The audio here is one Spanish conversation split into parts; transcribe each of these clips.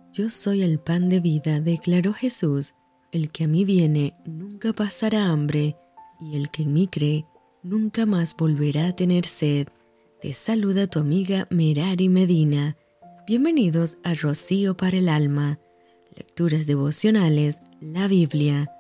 Yo soy el pan de vida, declaró Jesús. El que a mí viene nunca pasará hambre, y el que en mí cree nunca más volverá a tener sed. Te saluda tu amiga Merari Medina. Bienvenidos a Rocío para el Alma. Lecturas devocionales, la Biblia.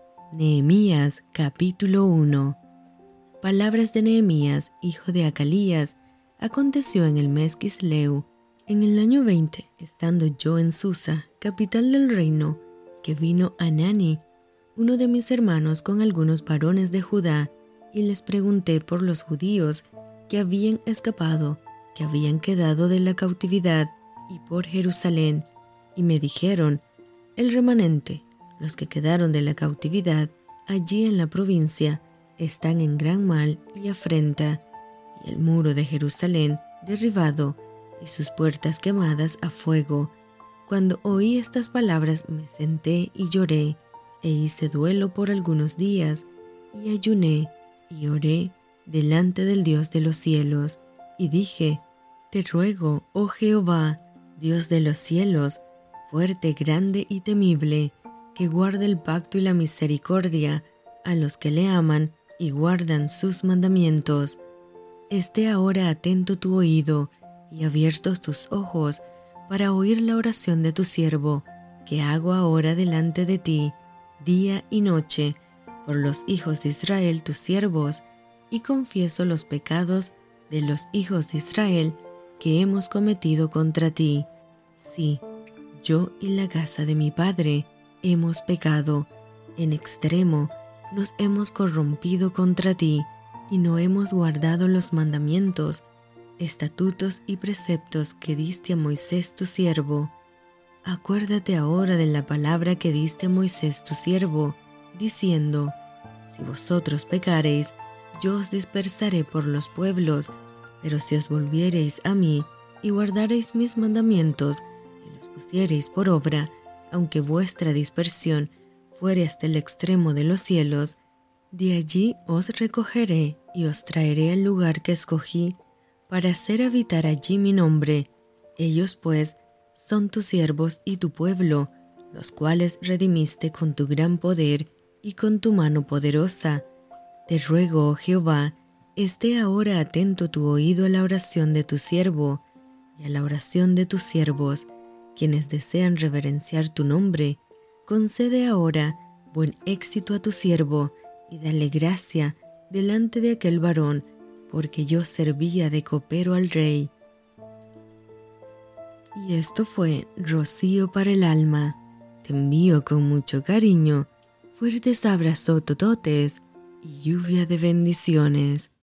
Nehemías capítulo 1. Palabras de Nehemías, hijo de Acalías. Aconteció en el mes Quisleu, en el año 20, estando yo en Susa, capital del reino, que vino Anani, uno de mis hermanos, con algunos varones de Judá, y les pregunté por los judíos que habían escapado, que habían quedado de la cautividad, y por Jerusalén. Y me dijeron: el remanente, los que quedaron de la cautividad, allí en la provincia, están en gran mal y afrenta, y el muro de Jerusalén derribado, y sus puertas quemadas a fuego. Cuando oí estas palabras me senté y lloré, e hice duelo por algunos días, y ayuné y oré delante del Dios de los cielos, y dije: te ruego, oh Jehová, Dios de los cielos, fuerte, grande y temible, que guarde el pacto y la misericordia a los que le aman y guardan sus mandamientos. Esté ahora atento tu oído y abiertos tus ojos para oír la oración de tu siervo, que hago ahora delante de ti, día y noche, por los hijos de Israel tus siervos, y confieso los pecados de los hijos de Israel que hemos cometido contra ti. Sí, yo y la casa de mi padre hemos pecado, en extremo nos hemos corrompido contra ti, y no hemos guardado los mandamientos, estatutos y preceptos que diste a Moisés tu siervo. Acuérdate ahora de la palabra que diste a Moisés tu siervo, diciendo: si vosotros pecareis, yo os dispersaré por los pueblos, pero si os volviereis a mí y guardareis mis mandamientos y los pusiereis por obra, aunque vuestra dispersión fuere hasta el extremo de los cielos, de allí os recogeré y os traeré al lugar que escogí para hacer habitar allí mi nombre. Ellos pues son tus siervos y tu pueblo, los cuales redimiste con tu gran poder y con tu mano poderosa. Te ruego, oh Jehová, esté ahora atento tu oído a la oración de tu siervo y a la oración de tus siervos, quienes desean reverenciar tu nombre. Concede ahora buen éxito a tu siervo y dale gracia delante de aquel varón, porque yo servía de copero al rey. Y esto fue Rocío para el Alma. Te envío con mucho cariño, fuertes abrazos tototes y lluvia de bendiciones.